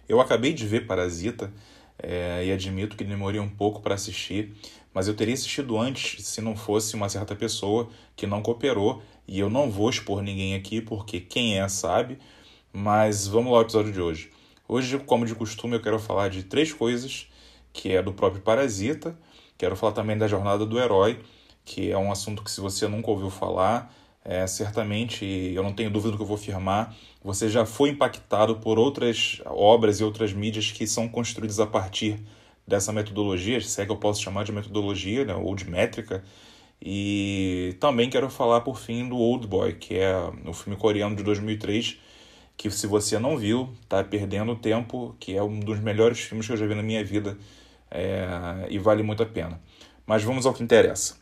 Eu acabei de ver Parasita e admito que demorei um pouco para assistir, mas eu teria assistido antes se não fosse uma certa pessoa que não cooperou, e eu não vou expor ninguém aqui porque quem é sabe, mas vamos lá ao episódio de hoje. Hoje, como de costume, eu quero falar de três coisas, que é do próprio Parasita, quero falar também da jornada do herói, que é um assunto que se você nunca ouviu falar, certamente, eu não tenho dúvida do que eu vou afirmar, você já foi impactado por outras obras e outras mídias que são construídas a partir dessa metodologia, se é que eu posso chamar de metodologia, né, ou de métrica. E também quero falar, por fim, do Old Boy, que é um filme coreano de 2003, que se você não viu, tá perdendo tempo, que é um dos melhores filmes que eu já vi na minha vida, e vale muito a pena. Mas vamos ao que interessa.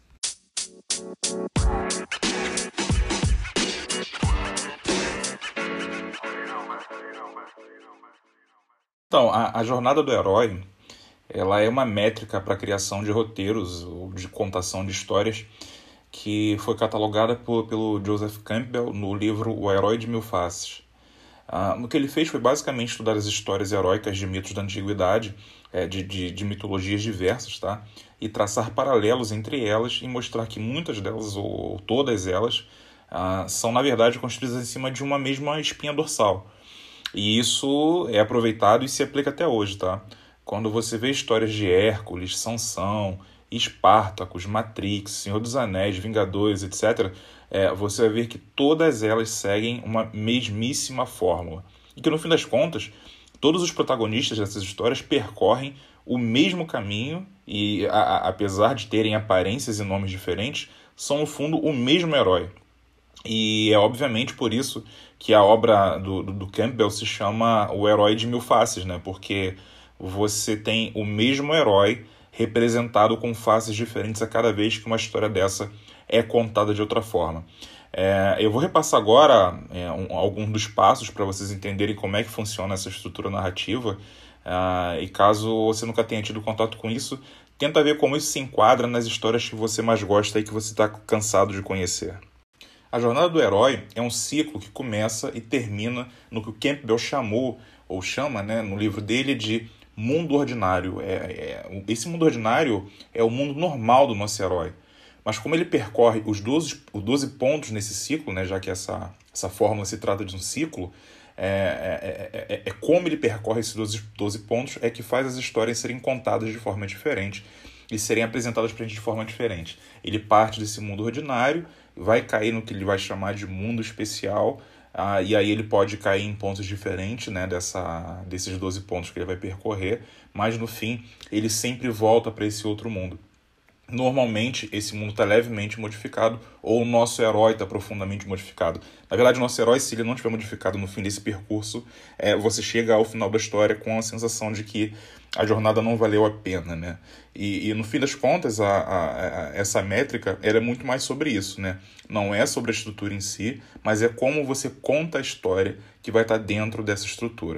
Então, a jornada do herói, ela é uma métrica para a criação de roteiros ou de contação de histórias que foi catalogada pelo Joseph Campbell no livro O Herói de Mil Faces. O que ele fez foi basicamente estudar as histórias heróicas de mitos da antiguidade, de mitologias diversas, tá? E traçar paralelos entre elas e mostrar que muitas delas, ou todas elas, são, na verdade, construídas em cima de uma mesma espinha dorsal. E isso é aproveitado e se aplica até hoje, tá? Quando você vê histórias de Hércules, Sansão, Espartacus, Matrix, Senhor dos Anéis, Vingadores, etc., você vai ver que todas elas seguem uma mesmíssima fórmula. E que, no fim das contas, todos os protagonistas dessas histórias percorrem o mesmo caminho e, apesar de terem aparências e nomes diferentes, são, no fundo, o mesmo herói. E é obviamente por isso que a obra do Campbell se chama O Herói de Mil Faces, né? Porque você tem o mesmo herói representado com faces diferentes a cada vez que uma história dessa é contada de outra forma. Eu vou repassar agora alguns dos passos para vocês entenderem como é que funciona essa estrutura narrativa, e caso você nunca tenha tido contato com isso, tenta ver como isso se enquadra nas histórias que você mais gosta e que você está cansado de conhecer. A jornada do herói é um ciclo que começa e termina no que o Campbell chamou, ou chama, né, no livro dele, de mundo ordinário. Esse mundo ordinário é o mundo normal do nosso herói. Mas como ele percorre os 12 pontos nesse ciclo, né, já que essa fórmula se trata de um ciclo, como ele percorre esses 12 pontos é que faz as histórias serem contadas de forma diferente e serem apresentadas para a gente de forma diferente. Ele parte desse mundo ordinário, vai cair no que ele vai chamar de mundo especial, e aí ele pode cair em pontos diferentes, né, desses 12 pontos que ele vai percorrer, mas no fim ele sempre volta para esse outro mundo. Normalmente esse mundo está levemente modificado, ou o nosso herói está profundamente modificado. Na verdade, o nosso herói, se ele não estiver modificado no fim desse percurso, você chega ao final da história com a sensação de que a jornada não valeu a pena, né? E no fim das contas, essa métrica era muito mais sobre isso, né? Não é sobre a estrutura em si, mas é como você conta a história que vai estar dentro dessa estrutura.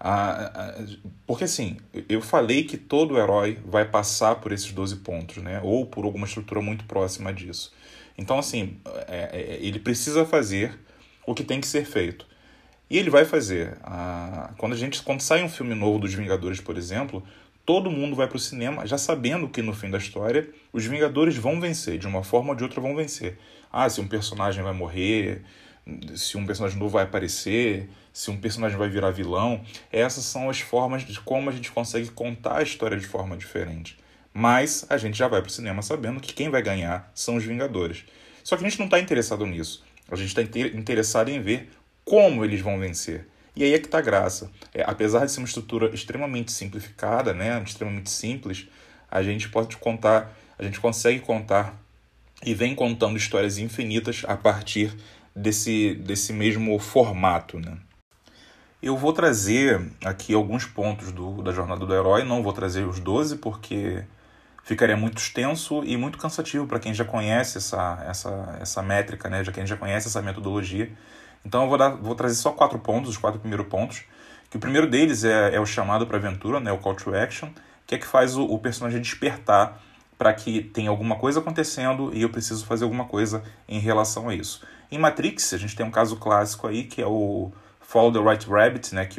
Porque assim, eu falei que todo herói vai passar por esses 12 pontos, né? Ou por alguma estrutura muito próxima disso. Então assim, ele precisa fazer o que tem que ser feito. E ele vai fazer. Quando sai um filme novo dos Vingadores, por exemplo, todo mundo vai para o cinema já sabendo que no fim da história os Vingadores vão vencer, de uma forma ou de outra vão vencer. Se um personagem vai morrer, se um personagem novo vai aparecer, se um personagem vai virar vilão. Essas são as formas de como a gente consegue contar a história de forma diferente. Mas a gente já vai para o cinema sabendo que quem vai ganhar são os Vingadores. Só que a gente não está interessado nisso. A gente está interessado em ver como eles vão vencer. E aí é que está a graça. Apesar de ser uma estrutura extremamente simplificada, né, extremamente simples, a gente consegue contar e vem contando histórias infinitas a partir desse mesmo formato, né? Eu vou trazer aqui alguns pontos da jornada do herói, não vou trazer os 12 porque ficaria muito extenso e muito cansativo para quem já conhece essa métrica, né, quem já conhece essa metodologia. Então eu vou trazer só 4 pontos, os 4 primeiros pontos, que o primeiro deles é o chamado para aventura, né, o call to action, que é que faz o personagem despertar para que tem alguma coisa acontecendo e eu preciso fazer alguma coisa em relação a isso. Em Matrix, a gente tem um caso clássico aí, que é o Follow the White Rabbit, né, que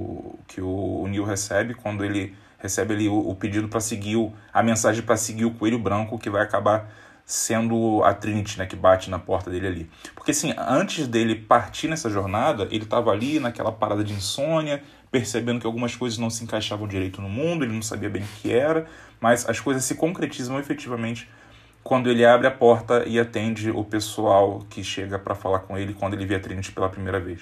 o Neo recebe quando ele recebe ali o pedido para seguir, a mensagem para seguir o Coelho Branco, que vai acabar sendo a Trinity, né, que bate na porta dele ali. Porque assim, antes dele partir nessa jornada, ele estava ali naquela parada de insônia, percebendo que algumas coisas não se encaixavam direito no mundo, ele não sabia bem o que era, mas as coisas se concretizam efetivamente quando ele abre a porta e atende o pessoal que chega para falar com ele quando ele vê a Trinity pela primeira vez.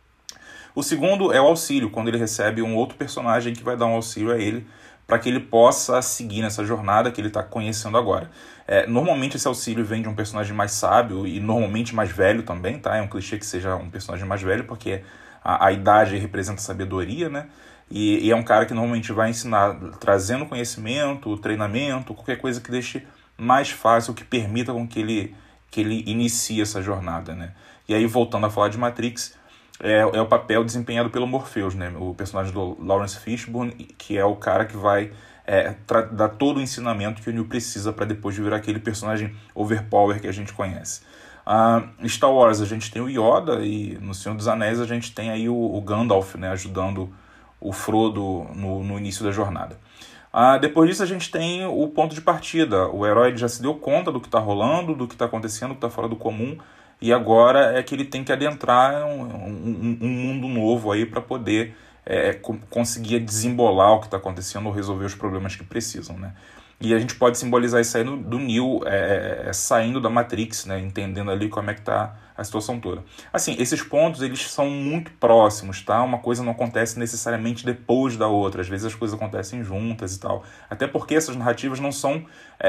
O segundo é o auxílio, quando ele recebe um outro personagem que vai dar um auxílio a ele para que ele possa seguir nessa jornada que ele está conhecendo agora. Normalmente esse auxílio vem de um personagem mais sábio e normalmente mais velho também, tá? É um clichê que seja um personagem mais velho, porque a idade representa sabedoria, né? E é um cara que normalmente vai ensinar, trazendo conhecimento, treinamento, qualquer coisa que deixe mais fácil, que permita com que ele inicie essa jornada, né? E aí, voltando a falar de Matrix, é o papel desempenhado pelo Morpheus, né? O personagem do Lawrence Fishburne, que é o cara que vai dar todo o ensinamento que o Neo precisa para depois virar aquele personagem overpower que a gente conhece. Star Wars, a gente tem o Yoda, e no Senhor dos Anéis a gente tem aí o Gandalf, né, ajudando o Frodo no início da jornada. Depois disso a gente tem o ponto de partida. O herói já se deu conta do que está rolando, do que está acontecendo, do que está fora do comum, e agora é que ele tem que adentrar um mundo novo aí para poder conseguir desembolar o que está acontecendo ou resolver os problemas que precisam, né? E a gente pode simbolizar isso aí do Neo saindo da Matrix, né? Entendendo ali como é que está a situação toda. Assim, esses pontos eles são muito próximos, tá? Uma coisa não acontece necessariamente depois da outra. Às vezes as coisas acontecem juntas e tal. Até porque essas narrativas não são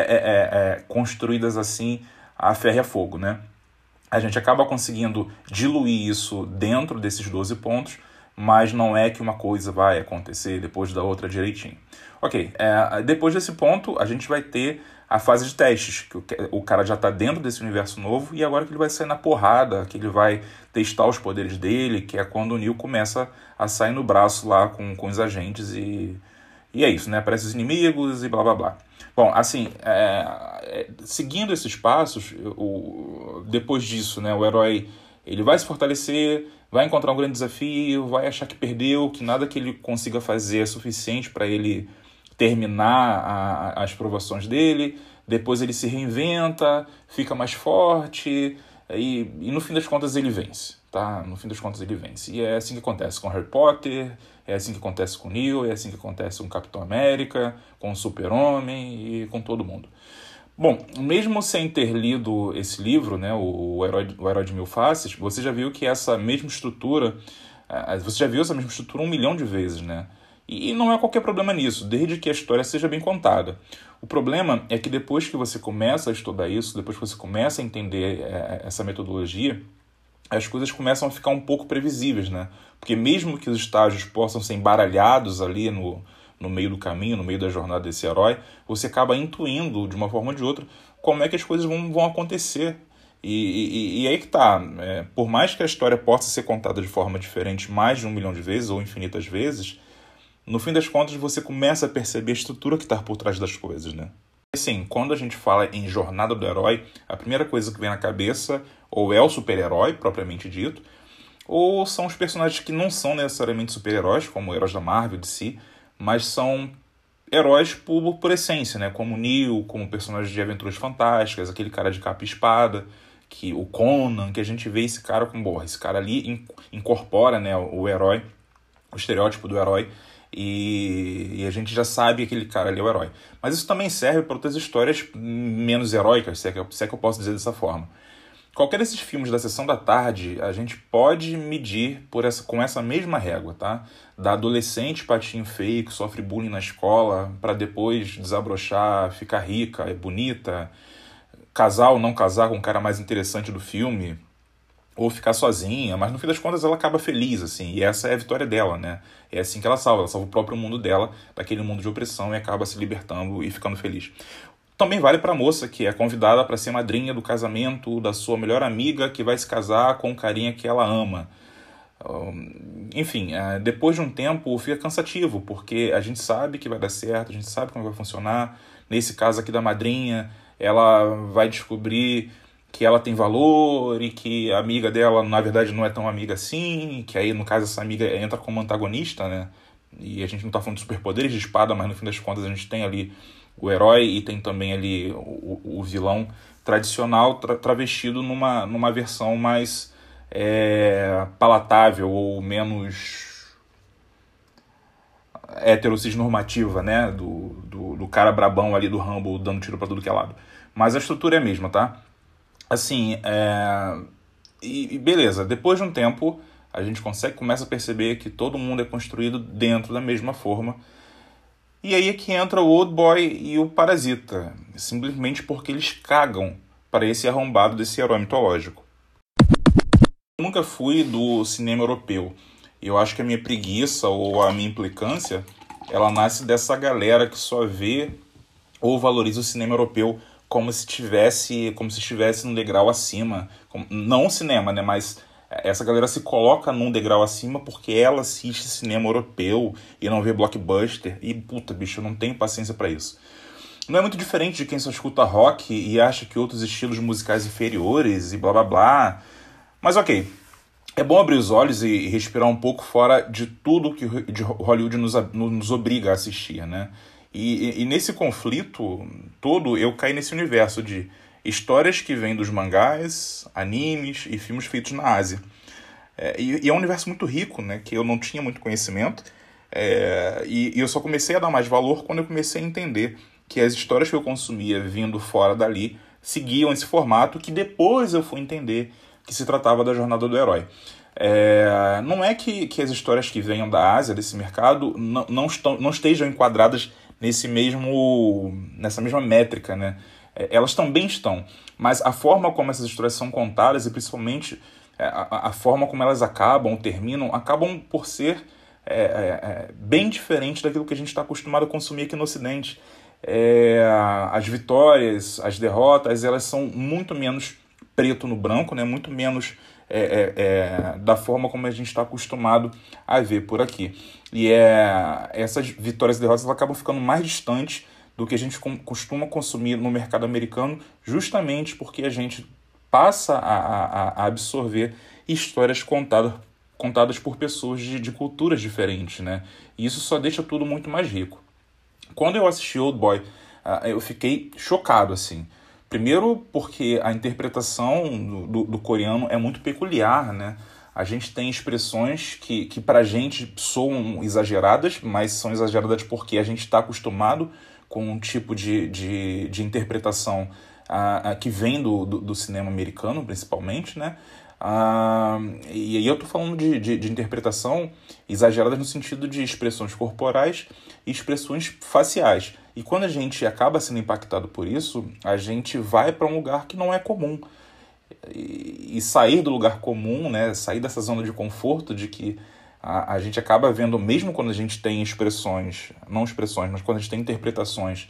construídas assim a ferro e a fogo, né? A gente acaba conseguindo diluir isso dentro desses 12 pontos, mas não é que uma coisa vai acontecer depois da outra direitinho. Ok, depois desse ponto, a gente vai ter a fase de testes, que o cara já está dentro desse universo novo, e agora que ele vai sair na porrada, que ele vai testar os poderes dele, que é quando o Neo começa a sair no braço lá com os agentes, e é isso, né? Aparecem os inimigos e blá blá blá. Bom, assim, seguindo esses passos, depois disso, né, o herói ele vai se fortalecer, vai encontrar um grande desafio, vai achar que perdeu, que nada que ele consiga fazer é suficiente para ele terminar as provações dele. Depois ele se reinventa, fica mais forte e no fim das contas ele vence, tá? No fim das contas ele vence. E é assim que acontece com Harry Potter, é assim que acontece com Neo, é assim que acontece com o Capitão América, com o Super-Homem e com todo mundo. Bom, mesmo sem ter lido esse livro, né, o Herói de Mil Faces, você já viu que essa mesma estrutura, você já viu essa mesma estrutura 1 milhão de vezes, né? E não há qualquer problema nisso, desde que a história seja bem contada. O problema é que depois que você começa a estudar isso, depois que você começa a entender essa metodologia, as coisas começam a ficar um pouco previsíveis, né? Porque mesmo que os estágios possam ser embaralhados ali no meio do caminho, no meio da jornada desse herói, você acaba intuindo, de uma forma ou de outra, como é que as coisas vão acontecer. E aí que tá. Por mais que a história possa ser contada de forma diferente mais de 1 milhão de vezes, ou infinitas vezes, no fim das contas você começa a perceber a estrutura que está por trás das coisas, né? Assim, quando a gente fala em jornada do herói, a primeira coisa que vem na cabeça ou é o super-herói, propriamente dito, ou são os personagens que não são necessariamente super-heróis, como heróis da Marvel, DC, mas são heróis por essência, né? Como Neo, como personagem de Aventuras Fantásticas, aquele cara de capa e espada, o Conan, que a gente vê esse cara como, esse cara ali incorpora, né, o herói, o estereótipo do herói, e a gente já sabe que aquele cara ali é o herói. Mas isso também serve para outras histórias menos heróicas, se é que eu posso dizer dessa forma. Qualquer desses filmes da Sessão da Tarde, a gente pode medir com essa mesma régua, tá? Da adolescente patinho feio que sofre bullying na escola para depois desabrochar, ficar rica, é bonita, casar ou não casar com o cara mais interessante do filme, ou ficar sozinha, mas no fim das contas ela acaba feliz, assim, e essa é a vitória dela, né? É assim que ela salva o próprio mundo dela, daquele mundo de opressão, e acaba se libertando e ficando feliz. Também vale para a moça que é convidada para ser madrinha do casamento da sua melhor amiga, que vai se casar com o carinha que ela ama. Enfim, depois de um tempo fica cansativo, porque a gente sabe que vai dar certo, a gente sabe como vai funcionar. Nesse caso aqui da madrinha, ela vai descobrir que ela tem valor e que a amiga dela, na verdade, não é tão amiga assim, que aí, no caso, essa amiga entra como antagonista, né? E a gente não tá falando de superpoderes de espada, mas no fim das contas a gente tem ali o herói e tem também ali o vilão tradicional travestido numa versão mais palatável ou menos heterocisnormativa, né? Do cara brabão ali do Rambo dando tiro pra tudo que é lado. Mas a estrutura é a mesma, tá? Assim, e beleza, depois de um tempo a gente começa a perceber que todo mundo é construído dentro da mesma forma. E aí é que entra o Old Boy e o Parasita, simplesmente porque eles cagam para esse arrombado desse herói mitológico. Eu nunca fui do cinema europeu. Eu acho que a minha preguiça ou a minha implicância, ela nasce dessa galera que só vê ou valoriza o cinema europeu como se estivesse num degrau acima. Não o cinema, né? Mas essa galera se coloca num degrau acima porque ela assiste cinema europeu e não vê blockbuster. E, puta, bicho, eu não tenho paciência pra isso. Não é muito diferente de quem só escuta rock e acha que outros estilos musicais inferiores e blá blá blá. Mas ok, é bom abrir os olhos e respirar um pouco fora de tudo que Hollywood nos obriga a assistir, né? E nesse conflito todo, eu caí nesse universo de histórias que vêm dos mangás, animes e filmes feitos na Ásia. E é um universo muito rico, né? Que eu não tinha muito conhecimento. E eu só comecei a dar mais valor quando eu comecei a entender que as histórias que eu consumia vindo fora dali seguiam esse formato, que depois eu fui entender que se tratava da jornada do herói. Não é que as histórias que venham da Ásia, desse mercado, não estejam enquadradas nessa mesma métrica, né? Elas também estão, mas a forma como essas histórias são contadas e principalmente a forma como elas acabam por ser bem diferente daquilo que a gente está acostumado a consumir aqui no Ocidente. As vitórias, as derrotas, elas são muito menos preto no branco, né? Muito menos da forma como a gente está acostumado a ver por aqui. E essas vitórias e derrotas elas acabam ficando mais distantes do que a gente costuma consumir no mercado americano, justamente porque a gente passa a absorver histórias contadas por pessoas de culturas diferentes, né? E isso só deixa tudo muito mais rico. Quando eu assisti Old Boy, eu fiquei chocado, assim. Primeiro porque a interpretação do coreano é muito peculiar, né? A gente tem expressões que pra gente soam exageradas, mas são exageradas porque a gente está acostumado com um tipo de interpretação que vem do cinema americano, principalmente, né? E aí eu tô falando de interpretação exagerada no sentido de expressões corporais e expressões faciais. E quando a gente acaba sendo impactado por isso, a gente vai para um lugar que não é comum. E sair do lugar comum, né? Sair dessa zona de conforto de que a gente acaba vendo, mesmo quando a gente tem mas quando a gente tem interpretações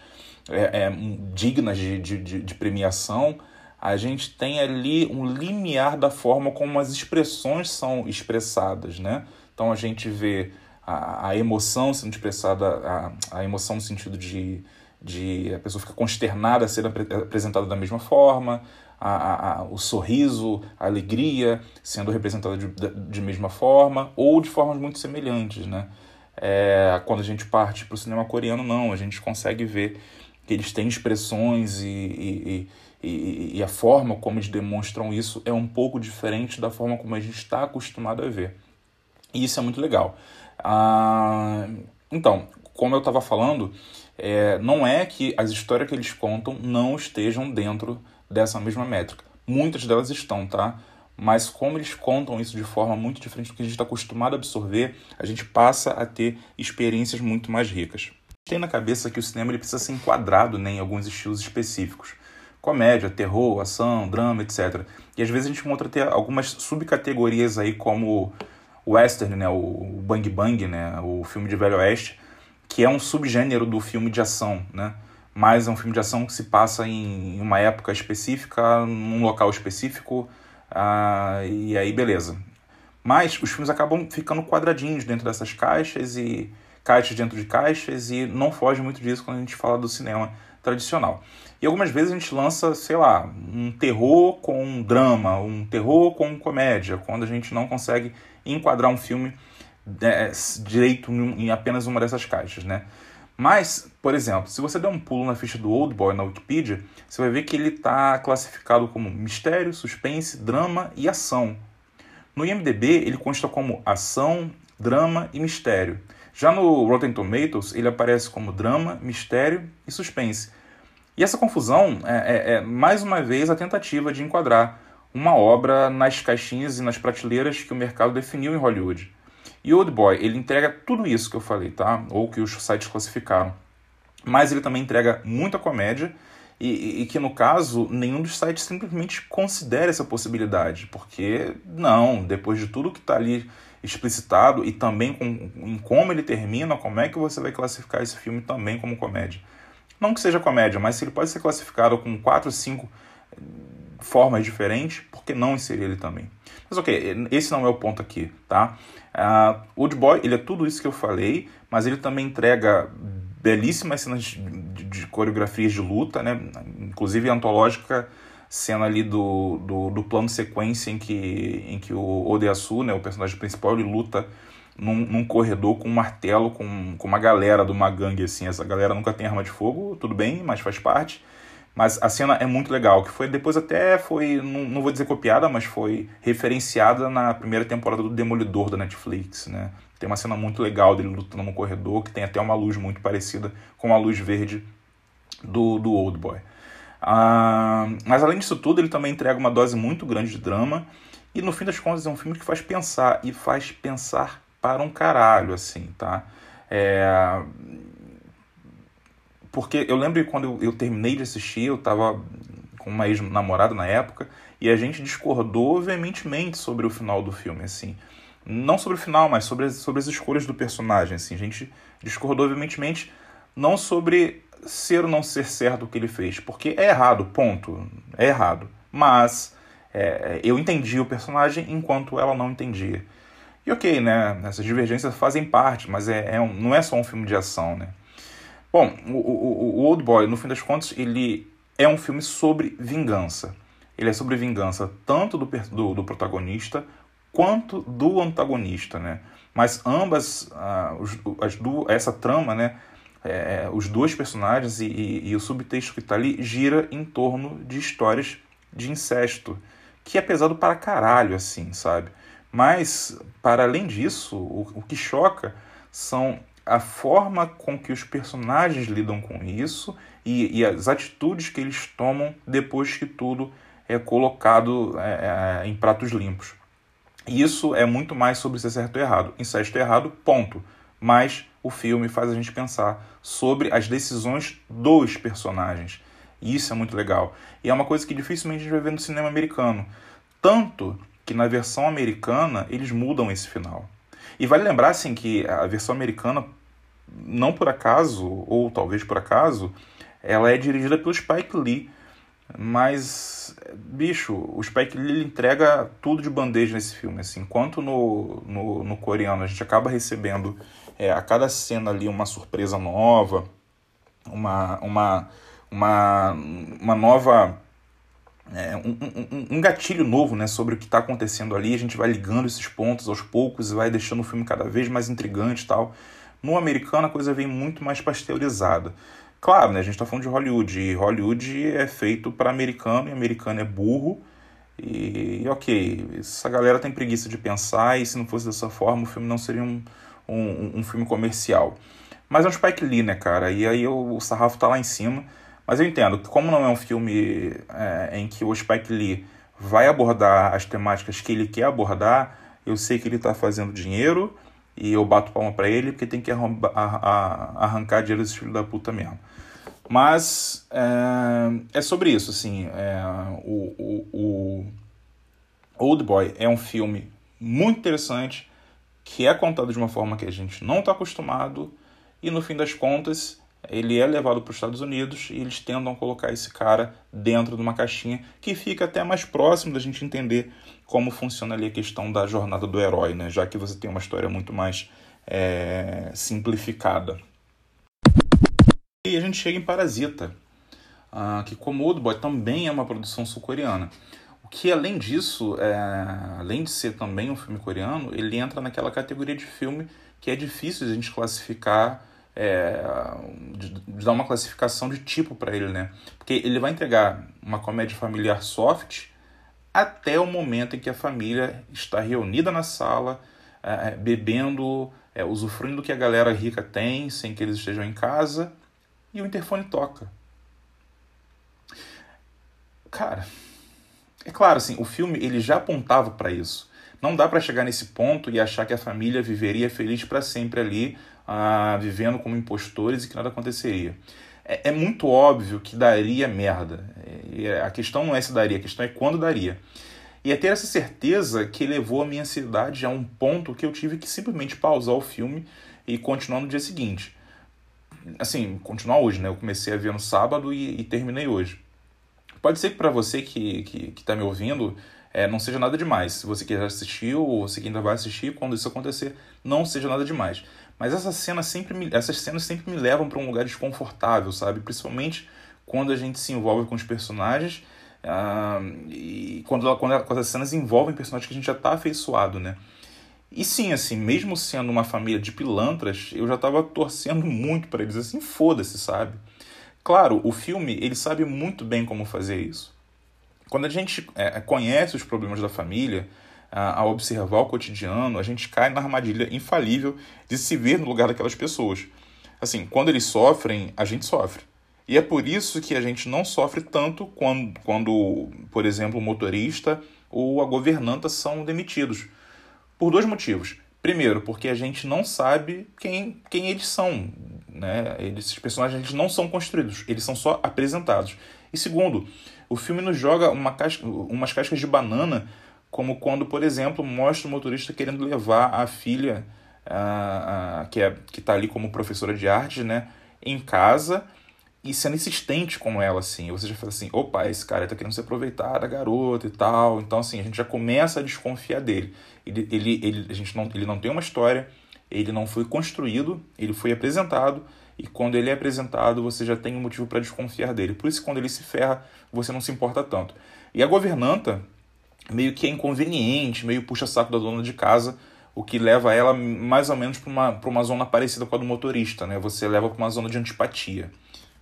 dignas de premiação, a gente tem ali um limiar da forma como as expressões são expressadas, né? Então a gente vê a emoção sendo expressada, a emoção no sentido de a pessoa ficar consternada a ser apresentada da mesma forma, o sorriso, a alegria sendo representada de mesma forma, ou de formas muito semelhantes, né? Quando a gente parte para o cinema coreano, não, a gente consegue ver que eles têm expressões e a forma como eles demonstram isso é um pouco diferente da forma como a gente está acostumado a ver. E isso é muito legal. Então, como eu estava falando, não é que as histórias que eles contam não estejam dentro dessa mesma métrica. Muitas delas estão, tá? Mas como eles contam isso de forma muito diferente do que a gente está acostumado a absorver, a gente passa a ter experiências muito mais ricas. Tem na cabeça que o cinema ele precisa ser enquadrado, né, em alguns estilos específicos. Comédia, terror, ação, drama, etc. E às vezes a gente encontra até algumas subcategorias aí como o western, né, o bang bang, né, o filme de velho oeste, que é um subgênero do filme de ação, né? Mas é um filme de ação que se passa em uma época específica, num local específico, e aí beleza. Mas os filmes acabam ficando quadradinhos dentro dessas caixas e caixas dentro de caixas, e não foge muito disso quando a gente fala do cinema tradicional. E algumas vezes a gente lança, sei lá, um terror com um drama, um terror com comédia, quando a gente não consegue enquadrar um filme direito em apenas uma dessas caixas, né? Mas, por exemplo, se você der um pulo na ficha do Oldboy na Wikipedia, você vai ver que ele está classificado como mistério, suspense, drama e ação. No IMDb, ele consta como ação, drama e mistério. Já no Rotten Tomatoes, ele aparece como drama, mistério e suspense. E essa confusão é mais uma vez, a tentativa de enquadrar uma obra nas caixinhas e nas prateleiras que o mercado definiu em Hollywood. E Oldboy, ele entrega tudo isso que eu falei, tá? Ou que os sites classificaram. Mas ele também entrega muita comédia e que, no caso, nenhum dos sites simplesmente considera essa possibilidade. Porque, não, depois de tudo que está ali explicitado e também em como ele termina, como é que você vai classificar esse filme também como comédia? Não que seja comédia, mas se ele pode ser classificado com 4, 5 formas diferentes, por que não inserir ele também? Mas ok, esse não é o ponto aqui, tá? Oldboy, ele é tudo isso que eu falei, mas ele também entrega belíssimas cenas de coreografias de luta, né? Inclusive a antológica cena ali do plano sequência em que o Odeyasu, né, o personagem principal, ele luta num corredor com um martelo, com uma galera de uma gangue, assim. Essa galera nunca tem arma de fogo, tudo bem, mas faz parte. Mas a cena é muito legal, que depois até foi, não vou dizer copiada, mas foi referenciada na primeira temporada do Demolidor da Netflix, né? Tem uma cena muito legal dele lutando no corredor, que tem até uma luz muito parecida com a luz verde do Oldboy. Mas além disso tudo, ele também entrega uma dose muito grande de drama, e no fim das contas é um filme que faz pensar, e faz pensar para um caralho, assim, tá? Porque eu lembro que quando eu terminei de assistir, eu tava com uma ex-namorada na época, e a gente discordou veementemente sobre o final do filme, assim. Não sobre o final, mas sobre as escolhas do personagem, assim. A gente discordou veementemente, não sobre ser ou não ser certo o que ele fez, porque é errado, ponto. É errado. Mas eu entendi o personagem enquanto ela não entendia. E ok, né? Essas divergências fazem parte, mas não é só um filme de ação, né? Bom, o Oldboy, no fim das contas, ele é um filme sobre vingança. Ele é sobre vingança tanto do protagonista quanto do antagonista, né? Mas ambas, essa trama, né? Os dois personagens e o subtexto que está ali gira em torno de histórias de incesto, que é pesado para caralho, assim, sabe? Mas, para além disso, o que choca são a forma com que os personagens lidam com isso e as atitudes que eles tomam depois que tudo é colocado em pratos limpos. E isso é muito mais sobre ser certo ou errado. Incesto é errado, ponto. Mas o filme faz a gente pensar sobre as decisões dos personagens. E isso é muito legal. E é uma coisa que dificilmente a gente vai ver no cinema americano. Tanto que na versão americana eles mudam esse final. E vale lembrar, assim, que a versão americana, não por acaso, ou talvez por acaso, ela é dirigida pelo Spike Lee. Mas, bicho, o Spike Lee entrega tudo de bandeja nesse filme. Assim. Enquanto no coreano a gente acaba recebendo a cada cena ali uma surpresa nova, uma nova... um gatilho novo, né, sobre o que está acontecendo ali. A gente vai ligando esses pontos aos poucos e vai deixando o filme cada vez mais intrigante e tal. No americano a coisa vem muito mais pasteurizada. Claro, né, a gente está falando de Hollywood, e Hollywood é feito para americano, e americano é burro, e ok, essa galera tem preguiça de pensar, e se não fosse dessa forma, o filme não seria um filme comercial. Mas é um Spike Lee, né, cara, e aí o sarrafo tá lá em cima, mas eu entendo que como não é um filme em que o Spike Lee vai abordar as temáticas que ele quer abordar, eu sei que ele está fazendo dinheiro, e eu bato palma pra ele, porque tem que arrancar dinheiro desse filho da puta mesmo. Mas é sobre isso, assim. O Oldboy é um filme muito interessante, que é contado de uma forma que a gente não está acostumado, e no fim das contas ele é levado para os Estados Unidos e eles tentam colocar esse cara dentro de uma caixinha que fica até mais próximo da gente entender como funciona ali a questão da jornada do herói, né? Já que você tem uma história muito mais simplificada. E a gente chega em Parasita. que como Old Boy também é uma produção sul-coreana. O que, além disso, além de ser também um filme coreano, ele entra naquela categoria de filme que é difícil a gente classificar, de dar uma classificação de tipo para ele, né? Porque ele vai entregar uma comédia familiar soft até o momento em que a família está reunida na sala, bebendo, usufruindo do que a galera rica tem, sem que eles estejam em casa, e o interfone toca. Cara, é claro, assim, o filme ele já apontava para isso. Não dá para chegar nesse ponto e achar que a família viveria feliz para sempre ali, vivendo como impostores e que nada aconteceria. É muito óbvio que daria merda. A questão não é se daria, a questão é quando daria. E é ter essa certeza que levou a minha ansiedade a um ponto que eu tive que simplesmente pausar o filme e continuar no dia seguinte. Assim, continuar hoje, né? Eu comecei a ver no sábado e terminei hoje. Pode ser que para você que tá me ouvindo, não seja nada demais. Se você que já assistiu ou você que ainda vai assistir, quando isso acontecer, não seja nada demais. Mas essas cenas sempre me levam para um lugar desconfortável, sabe? Principalmente quando a gente se envolve com os personagens, e quando as cenas envolvem personagens que a gente já está afeiçoado, né? E sim, assim, mesmo sendo uma família de pilantras, eu já estava torcendo muito para eles, assim, foda-se, sabe? Claro, o filme, ele sabe muito bem como fazer isso. Quando a gente conhece os problemas da família, ao observar o cotidiano, a gente cai na armadilha infalível de se ver no lugar daquelas pessoas. Assim, quando eles sofrem, a gente sofre. E é por isso que a gente não sofre tanto quando, por exemplo, o motorista ou a governanta são demitidos. Por dois motivos. Primeiro, porque a gente não sabe quem eles são, né? Esses personagens eles não são construídos, eles são só apresentados. E segundo, o filme nos joga umas cascas de banana, como quando, por exemplo, mostra o motorista querendo levar a filha, que está ali como professora de arte, né, em casa, e sendo insistente com ela, assim. Você já fala assim, opa, esse cara tá querendo se aproveitar da garota e tal. Então, assim, a gente já começa a desconfiar dele. Ele não tem uma história, ele não foi construído, ele foi apresentado, e quando ele é apresentado, você já tem um motivo para desconfiar dele. Por isso, quando ele se ferra, você não se importa tanto. E a governanta meio que é inconveniente, meio puxa-saco da dona de casa, o que leva ela mais ou menos para uma zona parecida com a do motorista, né? Você leva para uma zona de antipatia.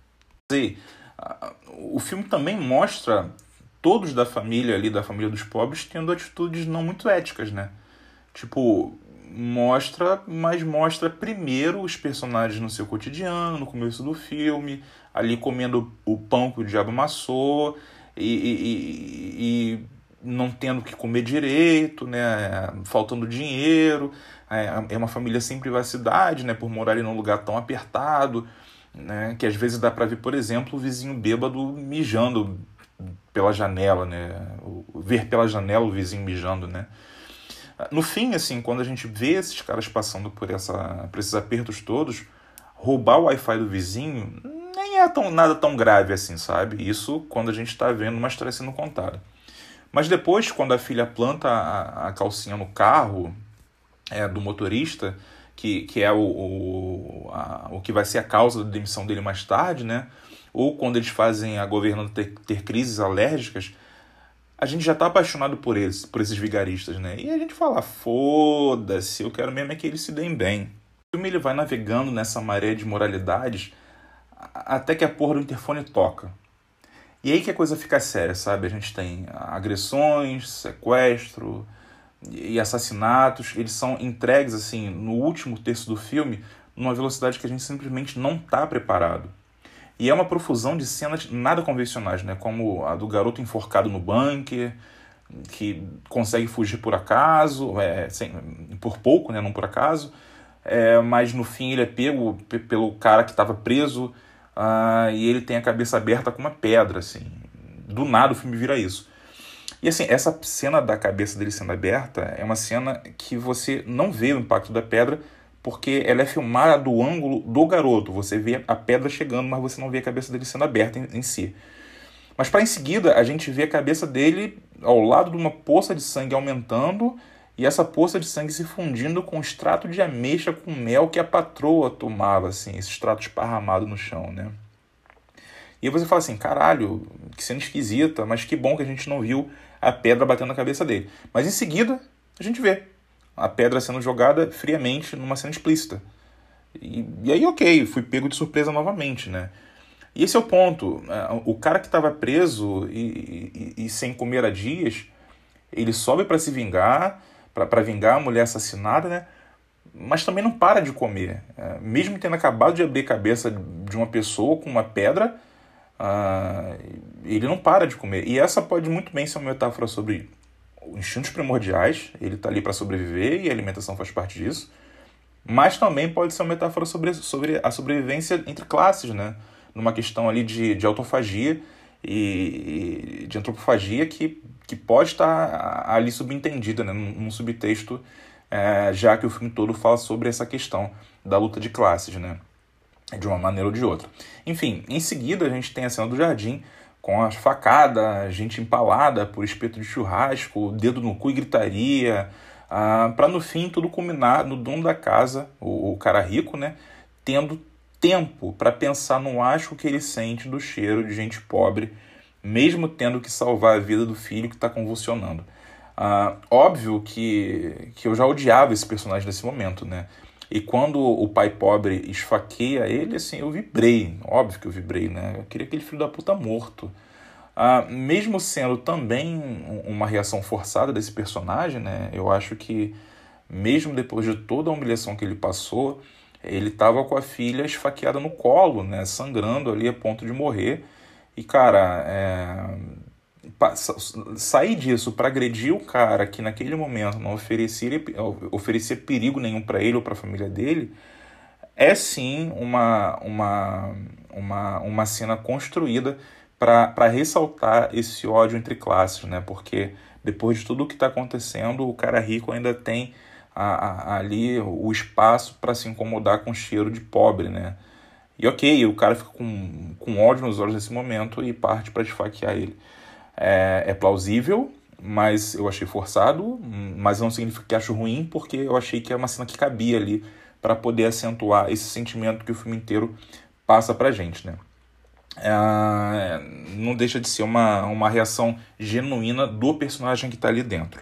O filme também mostra todos da família ali, da família dos pobres, tendo atitudes não muito éticas, né? Tipo, mas mostra primeiro os personagens no seu cotidiano, no começo do filme, ali comendo o pão que o diabo amassou e não tendo o que comer direito, né? Faltando dinheiro, é uma família sem privacidade, né? Por morarem num lugar tão apertado, né? Que às vezes dá para ver, por exemplo, o vizinho bêbado mijando pela janela, né? Ver pela janela o vizinho mijando, né? No fim, assim, quando a gente vê esses caras passando por esses apertos todos, roubar o Wi-Fi do vizinho nem é nada tão grave assim, sabe? Isso quando a gente está vendo uma história sendo contada. Mas depois, quando a filha planta a calcinha no carro do motorista, que é o que vai ser a causa da demissão dele mais tarde, né? Ou quando eles fazem a governanta ter crises alérgicas, a gente já está apaixonado por esses vigaristas, né? E a gente fala, foda-se, eu quero mesmo é que eles se deem bem. O filme ele vai navegando nessa maré de moralidades até que a porra do interfone toca. E aí que a coisa fica séria, sabe? A gente tem agressões, sequestro e assassinatos. Eles são entregues, assim, no último terço do filme, numa velocidade que a gente simplesmente não está preparado. E é uma profusão de cenas nada convencionais, né? Como a do garoto enforcado no bunker, que consegue fugir por acaso, por pouco, né? Não por acaso. Mas no fim ele é pego pelo cara que estava preso, e ele tem a cabeça aberta com uma pedra, assim. Do nada o filme vira isso. E assim, essa cena da cabeça dele sendo aberta é uma cena que você não vê o impacto da pedra, porque ela é filmada do ângulo do garoto. Você vê a pedra chegando, mas você não vê a cabeça dele sendo aberta em si. Mas para em seguida, a gente vê a cabeça dele ao lado de uma poça de sangue aumentando, e essa poça de sangue se fundindo com o extrato de ameixa com mel que a patroa tomava, assim, esse extrato esparramado no chão, né? E aí você fala assim, caralho, que cena esquisita, mas que bom que a gente não viu a pedra batendo na cabeça dele. Mas em seguida, a gente vê a pedra sendo jogada friamente numa cena explícita. E aí, ok, fui pego de surpresa novamente, né? E esse é o ponto. O cara que estava preso e sem comer há dias, ele sobe para se vingar, para vingar a mulher assassinada, né? Mas também não para de comer. Mesmo tendo acabado de abrir a cabeça de uma pessoa com uma pedra, ele não para de comer. E essa pode muito bem ser uma metáfora sobre instintos primordiais. Ele está ali para sobreviver e a alimentação faz parte disso. Mas também pode ser uma metáfora sobre a sobrevivência entre classes, né? Numa questão ali de autofagia e de antropofagia que pode estar ali subentendida, né? Num subtexto, já que o filme todo fala sobre essa questão da luta de classes, né? De uma maneira ou de outra. Enfim, em seguida a gente tem a cena do jardim, com as facadas, gente empalada por espeto de churrasco, dedo no cu e gritaria, para no fim tudo culminar no dono da casa, o cara rico, né, tendo tempo para pensar no asco que ele sente do cheiro de gente pobre, mesmo tendo que salvar a vida do filho que está convulsionando. Óbvio que eu já odiava esse personagem nesse momento, né? E quando o pai pobre esfaqueia ele, assim, eu vibrei. Óbvio que eu vibrei, né? Eu queria aquele filho da puta morto. Mesmo sendo também uma reação forçada desse personagem, né? Eu acho que, mesmo depois de toda a humilhação que ele passou, ele estava com a filha esfaqueada no colo, né? Sangrando ali a ponto de morrer. E, cara, sair disso para agredir o cara que naquele momento não oferecia perigo nenhum para ele ou para a família dele, é sim uma cena construída para ressaltar esse ódio entre classes, né? Porque depois de tudo o que está acontecendo, o cara rico ainda tem ali o espaço para se incomodar com o cheiro de pobre, né? E ok, o cara fica com ódio nos olhos nesse momento e parte para esfaquear ele. É plausível, mas eu achei forçado, mas não significa que acho ruim, porque eu achei que é uma cena que cabia ali para poder acentuar esse sentimento que o filme inteiro passa pra gente, né? Não deixa de ser uma reação genuína do personagem que está ali dentro.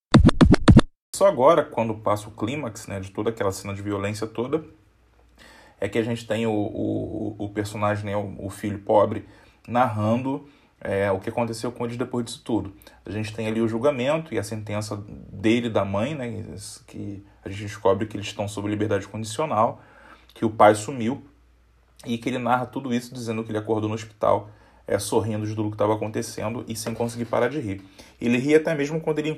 Só agora, quando passa o clímax, né, de toda aquela cena de violência toda, é que a gente tem o personagem, né, o filho pobre, narrando o que aconteceu com eles depois disso tudo. A gente tem ali o julgamento e a sentença dele e da mãe, né, que a gente descobre que eles estão sob liberdade condicional, que o pai sumiu e que ele narra tudo isso dizendo que ele acordou no hospital sorrindo de tudo que estava acontecendo e sem conseguir parar de rir. Ele ri até mesmo quando ele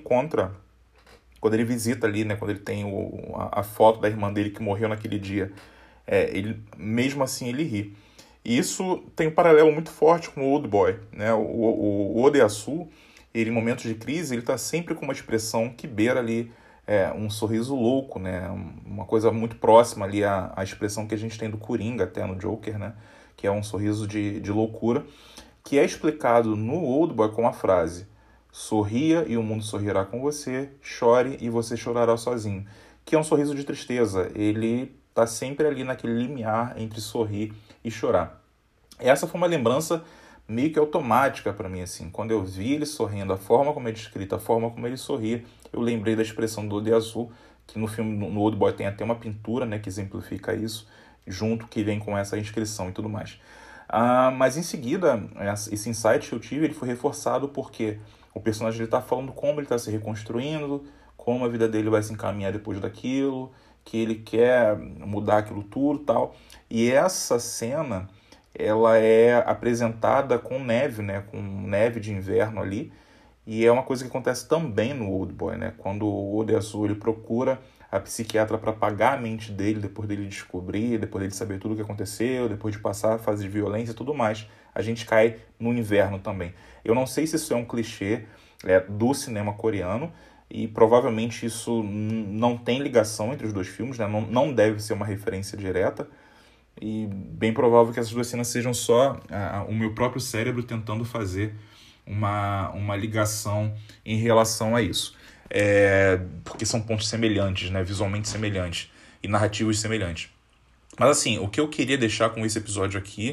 visita ali, né, quando ele tem a foto da irmã dele que morreu naquele dia, mesmo assim ele ri. E isso tem um paralelo muito forte com o Old Boy, né? O Odeyasu, ele em momentos de crise, ele está sempre com uma expressão que beira ali um sorriso louco, né? Uma coisa muito próxima ali à expressão que a gente tem do Coringa até no Joker, né? Que é um sorriso de loucura, que é explicado no Old Boy com a frase: sorria e o mundo sorrirá com você, chore e você chorará sozinho, que é um sorriso de tristeza. Ele está sempre ali naquele limiar entre sorrir e chorar. Essa foi uma lembrança meio que automática para mim, assim. Quando eu vi ele sorrindo, a forma como é descrita, a forma como ele sorria, eu lembrei da expressão do Odeyasu, que no filme, no Old Boy, tem até uma pintura, né, que exemplifica isso, junto, que vem com essa inscrição e tudo mais. Mas em seguida, esse insight que eu tive, ele foi reforçado porque o personagem está falando como ele está se reconstruindo, como a vida dele vai se encaminhar depois daquilo, que ele quer mudar aquilo tudo e tal. E essa cena, ela é apresentada com neve, né? Com neve de inverno ali. E é uma coisa que acontece também no Old Boy, né? Quando o Odeyasu, ele procura a psiquiatra para apagar a mente dele, depois dele descobrir, depois dele saber tudo o que aconteceu, depois de passar a fase de violência e tudo mais, a gente cai no inverno também. Eu não sei se isso é um clichê do cinema coreano, e provavelmente isso não tem ligação entre os dois filmes, né? Não deve ser uma referência direta, e bem provável que essas duas cenas sejam só o meu próprio cérebro tentando fazer uma ligação em relação a isso. Porque são pontos semelhantes, né? Visualmente semelhantes e narrativos semelhantes. Mas assim, o que eu queria deixar com esse episódio aqui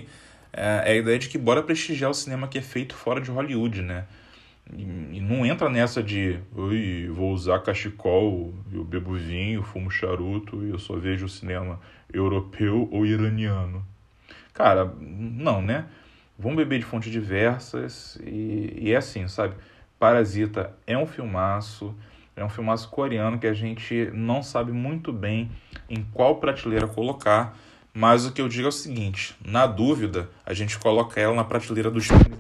é a ideia de que bora prestigiar o cinema que é feito fora de Hollywood, né? E não entra nessa de oi, vou usar cachecol, eu bebo vinho, fumo charuto e eu só vejo o cinema europeu ou iraniano. Cara, não, né? Vamos beber de fontes diversas e é assim, sabe? Parasita é um filmaço coreano que a gente não sabe muito bem em qual prateleira colocar, mas o que eu digo é o seguinte, na dúvida, a gente coloca ela na prateleira dos filmes